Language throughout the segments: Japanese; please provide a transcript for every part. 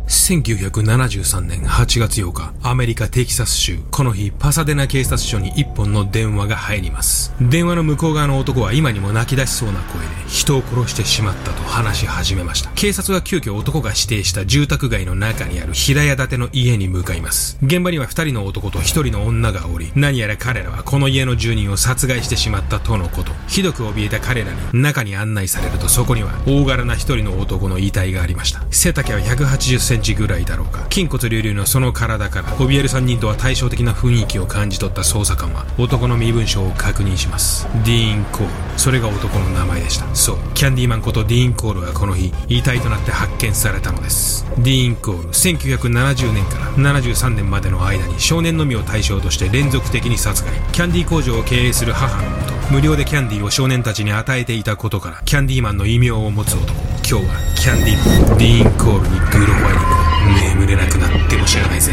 1973年8月8日、アメリカテキサス州、この日パサデナ警察署に一本の電話が入ります。電話の向こう側の男は今にも泣き出しそうな声で人を殺してしまったと話し始めました。警察は急遽男が指定した住宅街の中にある平屋建ての家に向かいます。現場には2人の男と1人の女がおり、何やら彼らはこの家の住人を殺害してしまったとのこと。ひどく怯えた彼らに中に案内されると、そこには大柄な1人の男の遺体がありました。背丈は180センチぐらいだろうか。筋骨隆々のその体から怯える3人とは対照的な雰囲気を感じ取った捜査官は男の身分証を確認します。ディーン・コール、それが男の名前でした。そう、キャンディーマンことディーン・コールはこの日遺体となって発見されたのです。ディーン・コール、1970年から73年までの間に少年のみを対象として連続的に殺害。キャンディー工場を経営する母のもと、無料でキャンディーを少年たちに与えていたことからキャンディーマンの異名を持つ男。今日はキャンディーマンディーン・コールにグロファイリング。眠れなくなっても知らないぜ。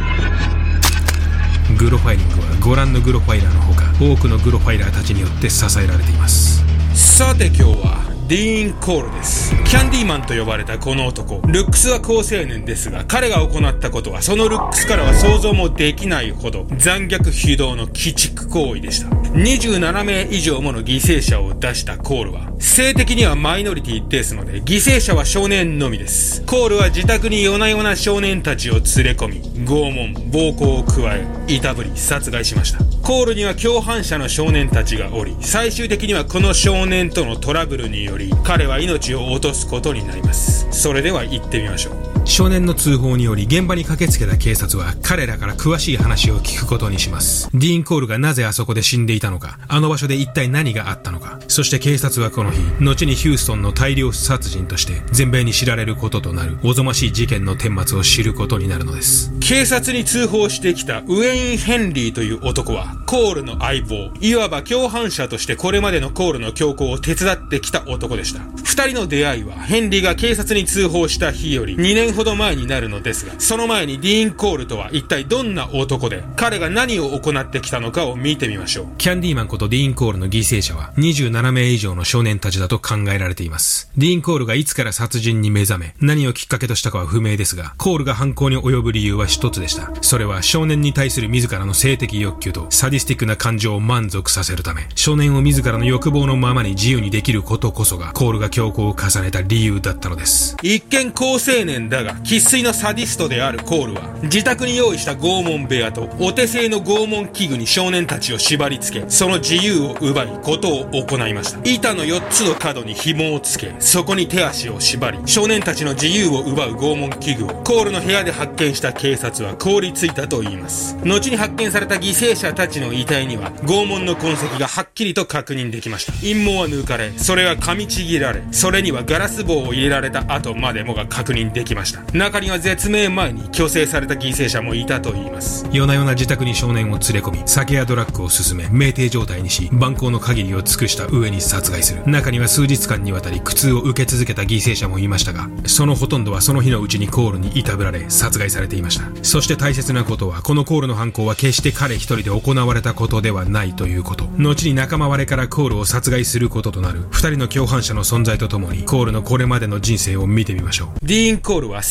グロファイリングはご覧のグロファイラーのほか多くのグロファイラーたちによって支えられています。 さて今日はディーン・コールです。キャンディーマンと呼ばれたこの男、ルックスは好青年ですが、彼が行ったことはそのルックスからは想像もできないほど残虐非道の鬼畜行為でした。27名以上もの犠牲者を出したコールは性的にはマイノリティですので、犠牲者は少年のみです。コールは自宅に夜な夜な少年たちを連れ込み、拷問、暴行を加え、いたぶり殺害しました。コールには共犯者の少年たちがおり、最終的にはこの少年とのトラブルにより彼は命を落とすことになります。それでは行ってみましょう。 少年の通報により現場に駆けつけた警察は彼らから詳しい話を聞くことにします。ディーン・コールがなぜあそこで死んでいたのか、あの場所で一体何があったのか、そして警察はこの日、後にヒューストンの大量殺人として全米に知られることとなるおぞましい事件の顛末を知ることになるのです。 警察に通報してきたウェイン・ヘンリーという男はコールの相棒、いわば共犯者としてこれまでのコールの凶行を手伝ってきた男でした。二人の出会いはヘンリーが警察に通報した日より2年ほど前になるのですが、その前にディーン・コールとは一体どんな男で、彼が何を行ってきたのかを見てみましょう。 キャンディーマンことディーン・コールの犠牲者は27名以上の少年たちだと考えられています。ディーン・コールがいつから殺人に目覚め、何をきっかけとしたかは不明ですが、コールが犯行に及ぶ理由は一つでした。それは少年に対する自らの性的欲求とサディスティックな感情を満足させるため、少年を自らの欲望のままに自由にできることこそがコールが凶行を重ねた理由だったのです。 一見好青年だが生粋のサディストであるコールは、自宅に用意した拷問部屋とお手製の拷問器具に少年たちを縛り付け、その自由を奪いことを行いました。板の4つの角に紐をつけ、そこに手足を縛り、少年たちの自由を奪う拷問器具をコールの部屋で発見した警察は凍りついたと言います。後に発見された犠牲者たちの遺体には拷問の痕跡がはっきりと確認できました。陰毛は抜かれ、それが噛みちぎられ、それにはガラス棒を入れられた跡までもが確認できました。中には絶命前に虚勢された犠牲者もいたと言います。 夜な夜な自宅に少年を連れ込み、酒やドラッグを勧め、酩酊状態にし、蛮行の限りを尽くした上に殺害する。中には数日間にわたり苦痛を受け続けた犠牲者もいましたが、そのほとんどはその日のうちにコールにいたぶられ殺害されていました。そして大切なことは、このコールの犯行は決して彼一人で行われたことではないということ。後に仲間割れからコールを殺害することとなる二人の共犯者の存在とともに、コールのこれまでの人生を見てみましょう。 ディーン・コールは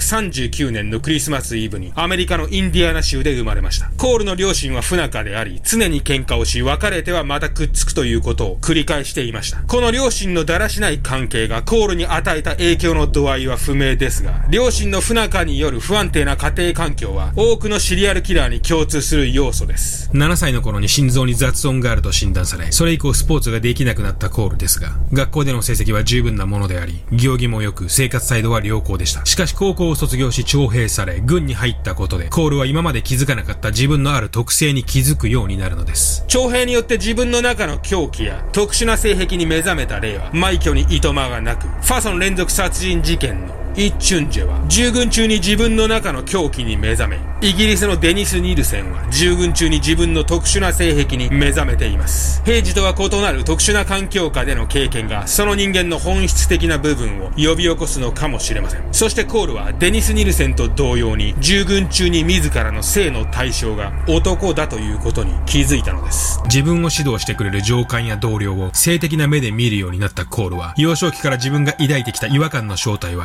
1939年のクリスマスイブにアメリカのインディアナ州で生まれました。コールの両親は不仲であり、常に喧嘩をし、別れてはまたくっつくということを繰り返していました。この両親のだらしない関係がコールに与えた影響の度合いは不明ですが、両親の不仲による不安定な家庭環境は多くのシリアルキラーに共通する要素です。 7歳の頃に心臓に雑音があると診断され、それ以降スポーツができなくなったコールですが、学校での成績は十分なものであり、行儀も良く生活態度は良好でした。しかし高校を卒業し徴兵され、軍に入ったことでコールは今まで気づかなかった自分のある特性に気づくようになるのです。 徴兵によって自分の中の狂気や特殊な性癖に目覚めた例は枚挙にいとまがなく、ファソン連続殺人事件のイ・チュンジェは従軍中に自分の中の狂気に目覚め、イギリスのデニス・ニルセンは従軍中に自分の特殊な性癖に目覚めています。平時とは異なる特殊な環境下での経験がその人間の本質的な部分を呼び起こすのかもしれません。そしてコールはデニス・ニルセンと同様に従軍中に自らの性の対象が男だということに気づいたのです。 自分を指導してくれる上官や同僚を性的な目で見るようになったコールは、幼少期から自分が抱いてきた違和感の正体はこれだ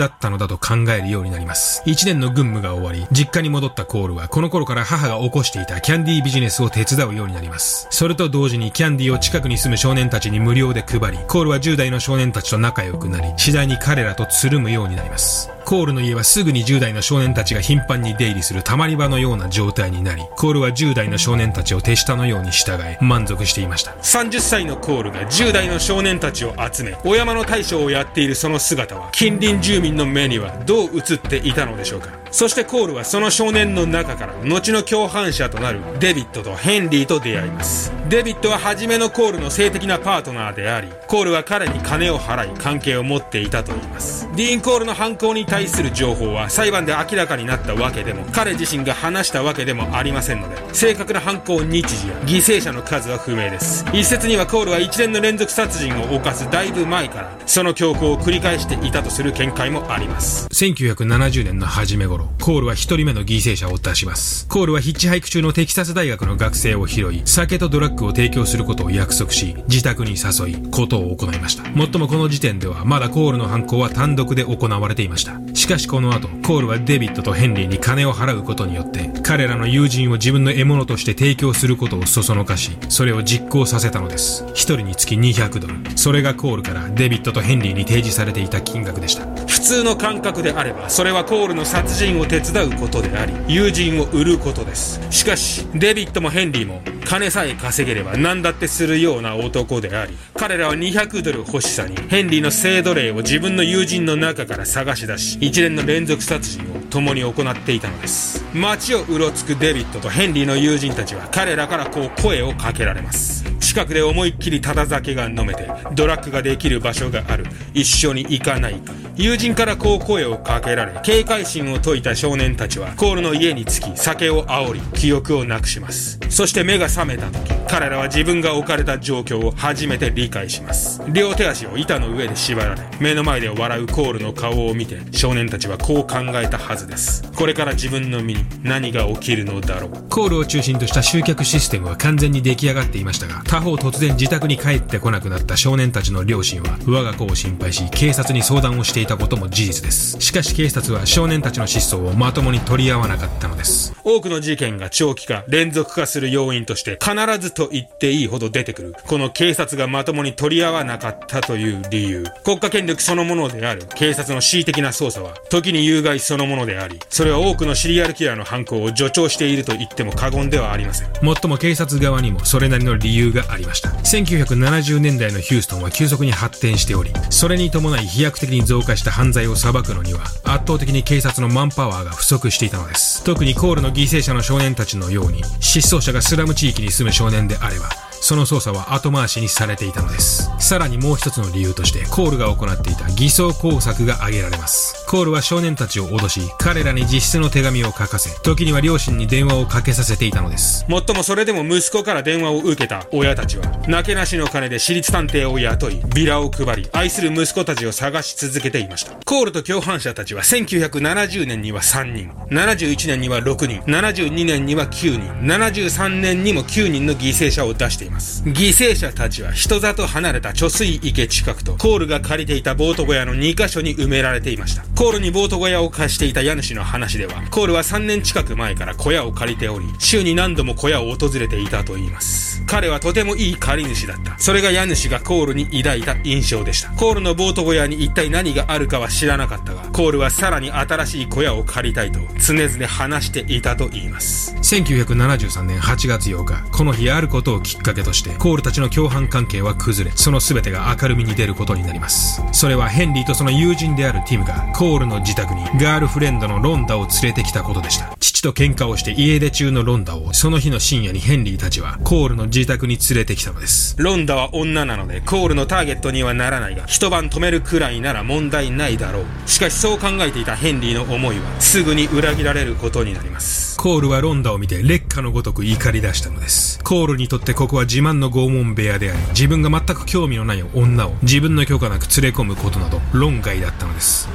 だったのだと考えるようになります。1年の軍務が終わり、実家に戻ったコールはこの頃から母が起こしていたキャンディービジネスを手伝うようになります。それと同時にキャンディーを近くに住む少年たちに無料で配り、コールは10代の少年たちと仲良くなり、次第に彼らとつるむようになります。コールの家はすぐに10代の少年たちが頻繁に出入りする溜まり場のような状態になり、コールは10代の少年たちを手下のように従い満足していました。 30歳のコールが10代の少年たちを集め、お山の大将をやっているその姿は近隣住民の目にはどう映っていたのでしょうか。そしてコールはその少年の中から後の共犯者となるデビッドとヘンリーと出会います。デビッドは初めのコールの性的なパートナーであり、コールは彼に金を払い関係を持っていたといいます。ディーン・コールの犯行に対する情報は裁判で明らかになったわけでも、彼自身が話したわけでもありませんので、正確な犯行日時や犠牲者の数は不明です。一説にはコールは一連の連続殺人を犯すだいぶ前からその凶行を繰り返していたとする見解もあります。 1970年の初め頃、コールは一人目の犠牲者を出します。コールはヒッチハイク中のテキサス大学の学生を拾い、酒とドラッグを提供することを約束し、自宅に誘い、ことを行いました。もっともこの時点ではまだコールの犯行は単独で行われていました。しかしこの後、コールはデビッドとヘンリーに金を払うことによって、彼らの友人を自分の獲物として提供することをそそのかし、それを実行させたのです。一人につき$200。それがコールからデビッドとヘンリーに提示されていた金額でした。 普通の感覚であれば、それはコールの殺人を手伝うことであり、友人を売ることです。しかし、デビッドもヘンリーも、金さえ稼げれば何だってするような男であり、彼らは$200欲しさに、ヘンリーの性奴隷を自分の友人の中から探し出し、一連の連続殺人を共に行っていたのです。街をうろつくデビッドとヘンリーの友人たちは、彼らからこう声をかけられます。近くで思いっきりただ酒が飲めて、ドラッグができる場所がある。一緒に行かないか。友人からこう声をかけられ、警戒心を解いた少年たちは、コールの家に着き、酒を煽り、記憶をなくします。そして目が覚めた時、彼らは自分が置かれた状況を初めて理解します。両手足を板の上で縛られ、目の前で笑うコールの顔を見て、少年たちはこう考えたはずです。これから自分の身に何が起きるのだろう。 コールを中心とした集客システムは完全に出来上がっていましたが、他方突然自宅に帰ってこなくなった少年たちの両親は我が子を心配し、警察に相談をしていたことも事実です。しかし警察は少年たちの失踪をまともに取り合わなかったのです。 多くの事件が長期化、連続化する要因として必ずと言っていいほど出てくる、この警察がまともに取り合わなかったという理由。国家権力そのものである警察の恣意的な捜査は時に有害そのものであり、それは多くのシリアルキラーの犯行を助長していると言っても過言ではありません。 もっとも警察側にもそれなりの理由がありました。1970年代のヒューストンは急速に発展しており、それに伴い飛躍的に増加した犯罪を裁くのには圧倒的に警察のマンパワーが不足していたのです。特にコールの犠牲者の少年たちのように失踪者がスラム地域に住む少年であれば、その捜査は後回しにされていたのです。さらにもう一つの理由としてコールが行っていた偽装工作が挙げられます。コールは少年たちを脅し、彼らに自筆の手紙を書かせ、時には両親に電話をかけさせていたのです。 もっともそれでも息子から電話を受けた親たちは、なけなしの金で私立探偵を雇い、ビラを配り、愛する息子たちを探し続けていました。コールと共犯者たちは1970年には3人、71年には6人、72年には9人、73年にも9人の犠牲者を出しています。犠牲者たちは人里離れた貯水池近くとコールが借りていたボート小屋の2カ所に埋められていました。コールにボート小屋を貸していた家主の話では、コールは3年近く前から小屋を借りており、週に何度も小屋を訪れていたといいます。彼はとてもいい借り主だった。それが家主がコールに抱いた印象でした。コールのボート小屋に一体何があるかは知らなかったが、コールはさらに新しい小屋を借りたいと常々話していたといいます。 1973年8月8日、この日あることをきっかけとしてコールたちの共犯関係は崩れ、その全てが明るみに出ることになります。それはヘンリーとその友人であるティムがコールの自宅にガールフレンドのロンダを連れてきたことでした。父と喧嘩をして家出中のロンダをその日の深夜にヘンリーたちはコールの自宅に連れてきたのです。 ロンダは女なのでコールのターゲットにはならないが、一晩止めるくらいなら問題ないだろう。しかしそう考えていたヘンリーの思いはすぐに裏切られることになります。 コールはロンダを見て烈火のごとく怒り出したのです。コールにとってここは自慢の拷問部屋であり、自分が全く興味のない女を自分の許可なく連れ込むことなど論外だったのです。 今に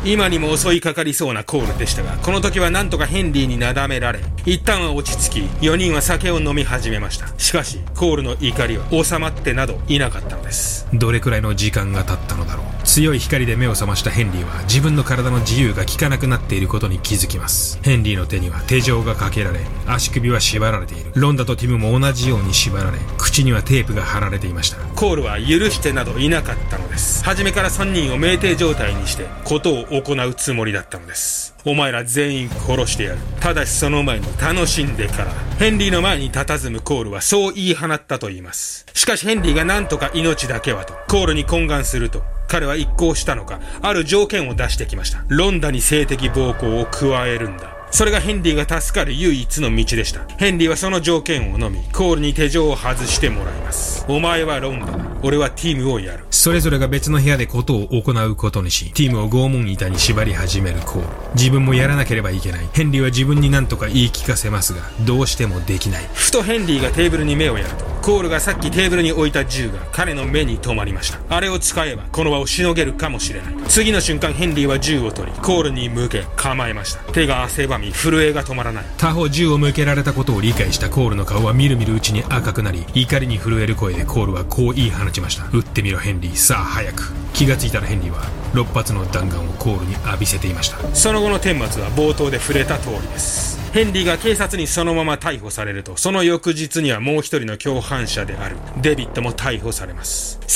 も襲いかかりそうなコールでしたが、この時はなんとかヘンリーになだめられ、一旦は落ち着き、4人は酒を飲み始めました。しかしコールの怒りは収まってなどいなかったのです。 どれくらいの時間が経ったのだろう。強い光で目を覚ましたヘンリーは自分の体の自由が利かなくなっていることに気づきます。ヘンリーの手には手錠がかけられ、足首は縛られている。ロンダとティムも同じように縛られ、口にはテープが貼られていました。 コールは許してなどいなかったのです。初めから3人を酩酊状態にしてことを行うつもりだったのです。お前ら全員殺してやる。ただしその前に楽しんでから。ヘンリーの前に佇むコールはそう言い放ったと言います。しかしヘンリーがなんとか命だけはとコールに懇願すると、彼は一向したのか、ある条件を出してきました。ロンダに性的暴行を加えるんだ。それがヘンリーが助かる唯一の道でした。ヘンリーはその条件を飲み、コールに手錠を外してもらいます。お前はロンダだ。俺はティムをやる。 それぞれが別の部屋でことを行うことにし、ティムを拷問板に縛り始めるコール。自分もやらなければいけない。ヘンリーは自分に何とか言い聞かせますが、どうしてもできない。 ふとヘンリーがテーブルに目をやると、コールがさっきテーブルに置いた銃が彼の目に留まりました。あれを使えばこの場をしのげるかもしれない。次の瞬間ヘンリーは銃を取り、コールに向け構えました。手が汗ばみ、震えが止まらない。 他方銃を向けられたことを理解したコールの顔はみるみるうちに赤くなり、怒りに震える声でコールはこう言い放ちました。撃ってみろヘンリー、さあ早く。気がついたらヘンリーは6発の弾丸をコールに浴びせていました。 その後の顛末は冒頭で触れた通りです。ヘンリーが警察にそのまま逮捕されると、その翌日にはもう一人の共犯者であるデビッドも逮捕されます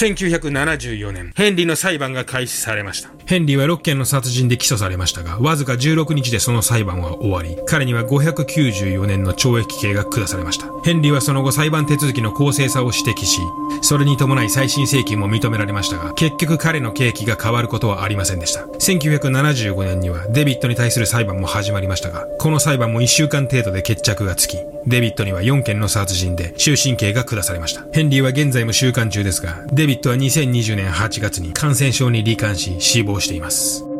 。1974年、ヘンリーの裁判が開始されました。 ヘンリーは6件の殺人で起訴されましたが、わずか16日でその裁判は終わり、彼には594年の懲役刑が下されました。ヘンリーはその後裁判手続きの公正さを指摘し、それに伴い再審請求も認められましたが、結局彼の刑期が変わることはありませんでした。1975年にはデビッドに対する裁判も始まりましたが、この裁判も1週間程度で決着がつき、デビッドには4件の殺人で終身刑が下されました。ヘンリーは現在も収監中ですが、デビッドは2020年8月に感染症に罹患し死亡しています。